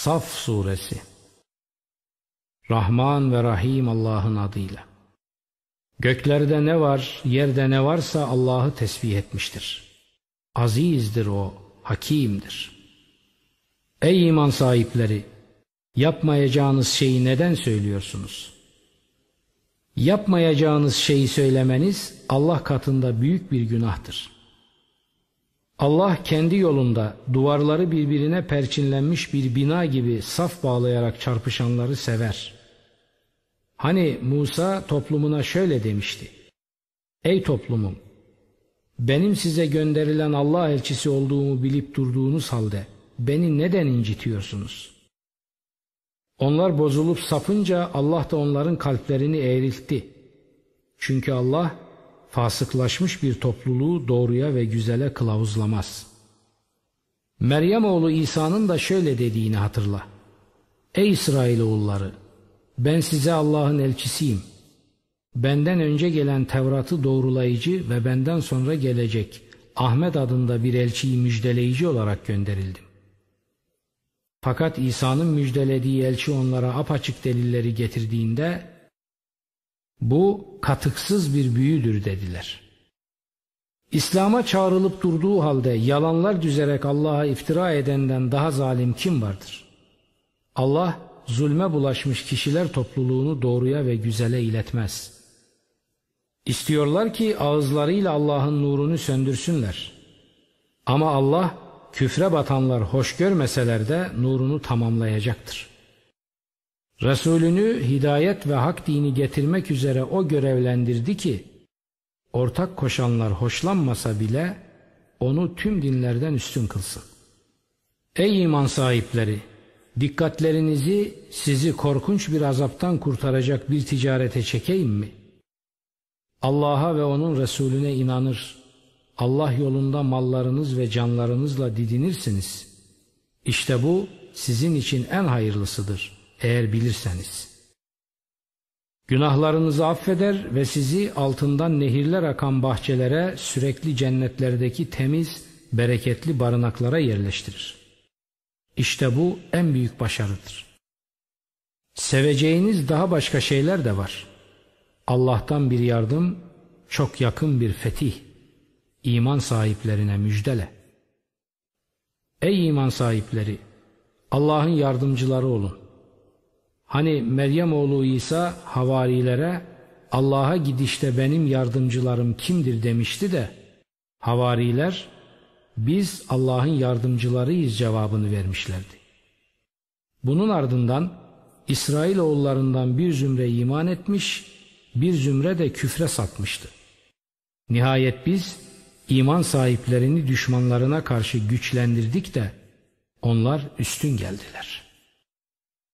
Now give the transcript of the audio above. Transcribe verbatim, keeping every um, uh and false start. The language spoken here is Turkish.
Saf Suresi. Rahman ve Rahim Allah'ın adıyla. Göklerde ne var, yerde ne varsa Allah'ı tesbih etmiştir. Azizdir o, hakimdir. Ey iman sahipleri! Yapmayacağınız şeyi neden söylüyorsunuz? Yapmayacağınız şeyi söylemeniz Allah katında büyük bir günahtır. Allah kendi yolunda duvarları birbirine perçinlenmiş bir bina gibi saf bağlayarak çarpışanları sever. Hani Musa toplumuna şöyle demişti: Ey toplumum! Benim size gönderilen Allah elçisi olduğumu bilip durduğunuz halde beni neden incitiyorsunuz? Onlar bozulup sapınca Allah da onların kalplerini eğriltti. Çünkü Allah fasıklaşmış bir topluluğu doğruya ve güzele kılavuzlamaz. Meryem oğlu İsa'nın da şöyle dediğini hatırla: Ey İsrailoğulları! Ben size Allah'ın elçisiyim. Benden önce gelen Tevrat'ı doğrulayıcı ve benden sonra gelecek Ahmet adında bir elçiyi müjdeleyici olarak gönderildim. Fakat İsa'nın müjdelediği elçi onlara apaçık delilleri getirdiğinde bu katıksız bir büyüdür dediler. İslam'a çağrılıp durduğu halde yalanlar düzerek Allah'a iftira edenden daha zalim kim vardır? Allah zulme bulaşmış kişiler topluluğunu doğruya ve güzele iletmez. İstiyorlar ki ağızlarıyla Allah'ın nurunu söndürsünler. Ama Allah küfre batanlar hoş görmeseler de nurunu tamamlayacaktır. Resulünü hidayet ve hak dini getirmek üzere o görevlendirdi ki ortak koşanlar hoşlanmasa bile onu tüm dinlerden üstün kılsın. Ey iman sahipleri! Dikkatlerinizi sizi korkunç bir azaptan kurtaracak bir ticarete çekeyim mi? Allah'a ve onun Resulüne inanır, Allah yolunda mallarınız ve canlarınızla didinirsiniz. İşte bu sizin için en hayırlısıdır eğer bilirseniz. Günahlarınızı affeder ve sizi altından nehirler akan bahçelere, sürekli cennetlerdeki temiz, bereketli barınaklara yerleştirir. İşte bu en büyük başarıdır. Seveceğiniz daha başka şeyler de var. Allah'tan bir yardım, çok yakın bir fetih. İman sahiplerine müjdele. Ey iman sahipleri! Allah'ın yardımcıları olun. Hani Meryem oğlu İsa havarilere Allah'a gidişte benim yardımcılarım kimdir demişti de havariler biz Allah'ın yardımcılarıyız cevabını vermişlerdi. Bunun ardından İsrailoğullarından bir zümre iman etmiş, bir zümre de küfre sapmıştı. Nihayet biz iman sahiplerini düşmanlarına karşı güçlendirdik de onlar üstün geldiler.